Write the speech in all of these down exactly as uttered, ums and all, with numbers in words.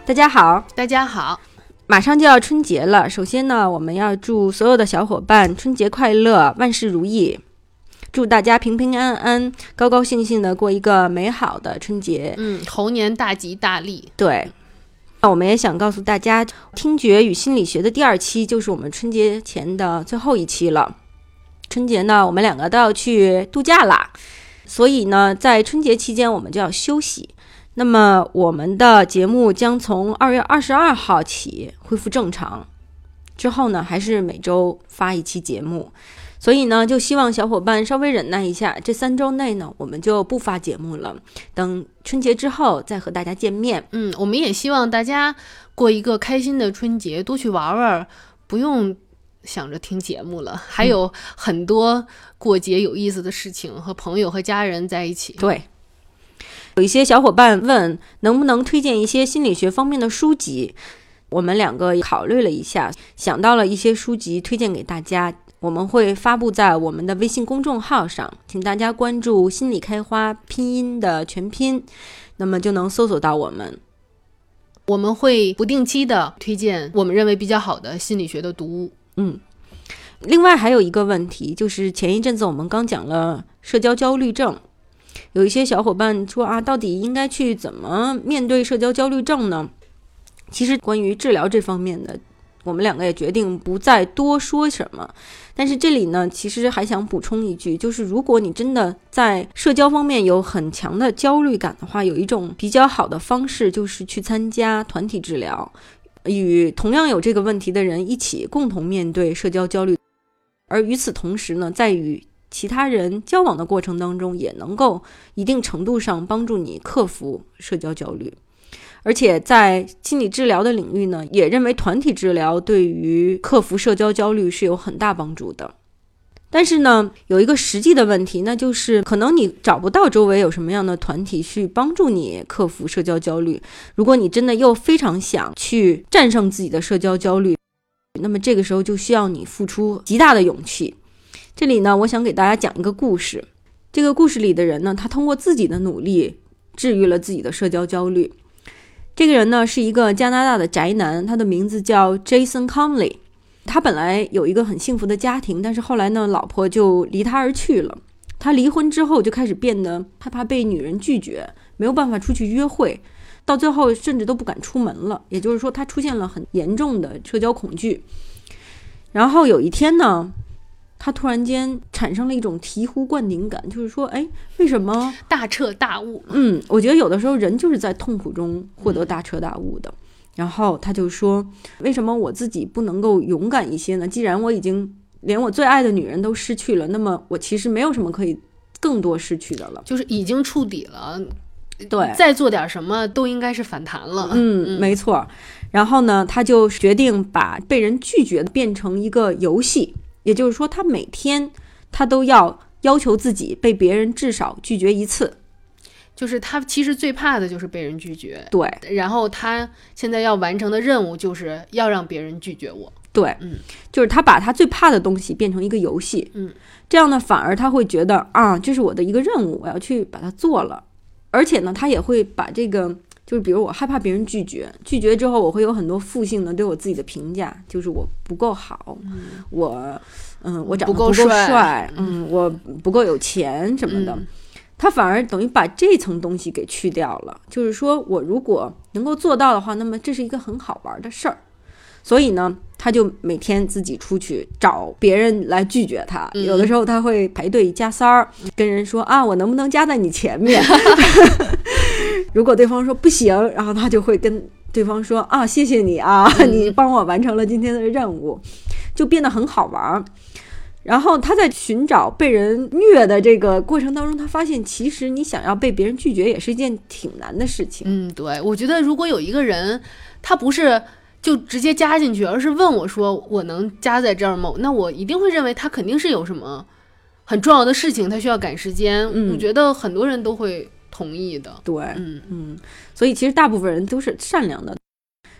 大家好， 大家好， 马上就要春节了。首先呢，我们要祝所有的小伙伴春节快乐，万事如意，祝大家平平安安，高高兴兴的过一个美好的春节。 嗯，猴年大吉大利。 对，我们也想告诉大家，听觉与心理学的第二期就是我们春节前的最后一期了。春节呢，我们两个都要去度假啦，所以呢，在春节期间我们就要休息。那么我们的节目将从二月二十二号起恢复正常，之后呢还是每周发一期节目，所以呢就希望小伙伴稍微忍耐一下，这三周内呢我们就不发节目了，等春节之后再和大家见面。 嗯，我们也希望大家过一个开心的春节，多去玩玩，不用想着听节目了，还有很多过节有意思的事情，和朋友和家人在一起。 对，有一些小伙伴问能不能推荐一些心理学方面的书籍，我们两个考虑了一下，想到了一些书籍推荐给大家，我们会发布在我们的微信公众号上，请大家关注心理开花拼音的全拼，那么就能搜索到我们。 我们会不定期的推荐我们认为比较好的心理学的读物。 嗯，另外还有一个问题，就是前一阵子我们刚讲了社交焦虑症，有一些小伙伴说啊，到底应该去怎么面对社交焦虑症呢？其实关于治疗这方面的，我们两个也决定不再多说什么。但是这里呢，其实还想补充一句，就是如果你真的在社交方面有很强的焦虑感的话，有一种比较好的方式就是去参加团体治疗，与同样有这个问题的人一起共同面对社交焦虑，而与此同时呢，在与其他人交往的过程当中，也能够一定程度上帮助你克服社交焦虑。而且在心理治疗的领域呢，也认为团体治疗对于克服社交焦虑是有很大帮助的。但是呢，有一个实际的问题，那就是可能你找不到周围有什么样的团体去帮助你克服社交焦虑。如果你真的又非常想去战胜自己的社交焦虑，那么这个时候就需要你付出极大的勇气。这里呢，我想给大家讲一个故事。这个故事里的人呢，他通过自己的努力治愈了自己的社交焦虑。这个人呢，是一个加拿大的宅男，他的名字叫 Jason Conley。 他本来有一个很幸福的家庭，但是后来呢，老婆就离他而去了。他离婚之后就开始变得害怕被女人拒绝，没有办法出去约会，到最后甚至都不敢出门了。也就是说，他出现了很严重的社交恐惧。然后有一天呢，他突然间产生了一种醍醐灌顶感，就是说，哎，为什么大彻大悟？ 嗯，我觉得有的时候人就是在痛苦中获得大彻大悟的。然后他就说，为什么我自己不能够勇敢一些呢？既然我已经连我最爱的女人都失去了，那么我其实没有什么可以更多失去的了， 就是已经触底了。 对， 再做点什么都应该是反弹了。 嗯，没错。然后呢，他就决定把被人拒绝变成一个游戏。也就是说，他每天他都要要求自己被别人至少拒绝一次。 就是他其实最怕的就是被人拒绝。 对。 然后他现在要完成的任务就是要让别人拒绝我。 对， 嗯， 就是他把他最怕的东西变成一个游戏。 嗯， 这样呢，反而他会觉得啊，这是我的一个任务，我要去把它做了。而且呢，他也会把这个，就是比如我害怕别人拒绝，拒绝之后我会有很多负性的对我自己的评价，就是我不够好，嗯、我嗯我长得不够帅，帅嗯我不够有钱什么的、嗯、他反而等于把这层东西给去掉了。就是说我如果能够做到的话，那么这是一个很好玩的事儿。所以呢，他就每天自己出去找别人来拒绝他、嗯、有的时候他会排队加塞儿，跟人说啊，我能不能加在你前面如果对方说不行，然后他就会跟对方说啊，谢谢你啊、嗯、你帮我完成了今天的任务，就变得很好玩。然后他在寻找被人虐的这个过程当中，他发现其实你想要被别人拒绝也是一件挺难的事情。 嗯，对，我觉得如果有一个人他不是就直接加进去，而是问我说我能加在这儿吗？那我一定会认为他肯定是有什么很重要的事情，他需要赶时间、嗯、我觉得很多人都会同意的。 对，嗯嗯，所以其实大部分人都是善良的。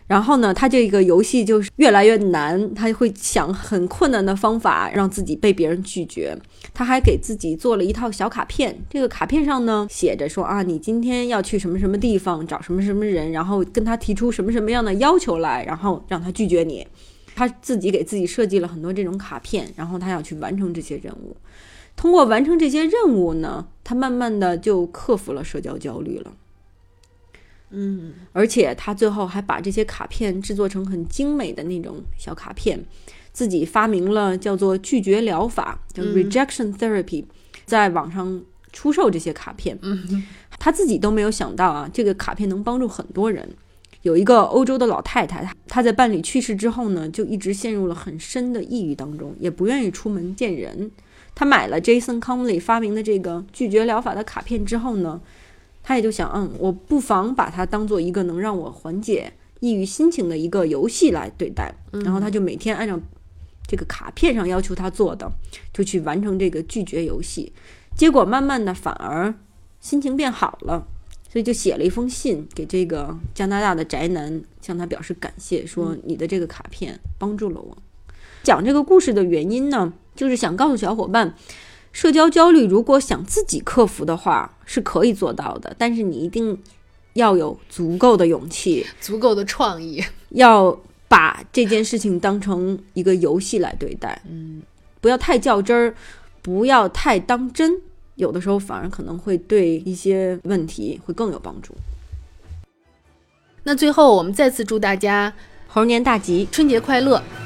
然后呢，他这个游戏就是越来越难，他会想很困难的方法让自己被别人拒绝。他还给自己做了一套小卡片，这个卡片上呢写着说啊，你今天要去什么什么地方，找什么什么人，然后跟他提出什么什么样的要求来，然后让他拒绝你。他自己给自己设计了很多这种卡片，然后他要去完成这些任务。通过完成这些任务呢，他慢慢的就克服了社交焦虑了。 嗯， 而且他最后还把这些卡片制作成很精美的那种小卡片，自己发明了叫做拒绝疗法，叫 rejection therapy，、嗯、在网上出售这些卡片。 嗯， 他自己都没有想到啊，这个卡片能帮助很多人。有一个欧洲的老太太，她在伴侣去世之后呢，就一直陷入了很深的抑郁当中，也不愿意出门见人。她买了 Jason Conley 发明的这个拒绝疗法的卡片之后呢，她也就想，嗯，我不妨把它当做一个能让我缓解抑郁心情的一个游戏来对待。然后她就每天按照这个卡片上要求她做的，就去完成这个拒绝游戏。结果慢慢的反而心情变好了。所以就写了一封信给这个加拿大的宅男，向他表示感谢，说你的这个卡片帮助了我。讲这个故事的原因呢，就是想告诉小伙伴，社交焦虑如果想自己克服的话是可以做到的，但是你一定要有足够的勇气， 足够的创意， 要把这件事情当成一个游戏来对待。 嗯， 不要太较真儿，不要太当真，有的时候反而可能会对一些问题会更有帮助。 那最后我们再次祝大家猴年大吉， 春节快乐。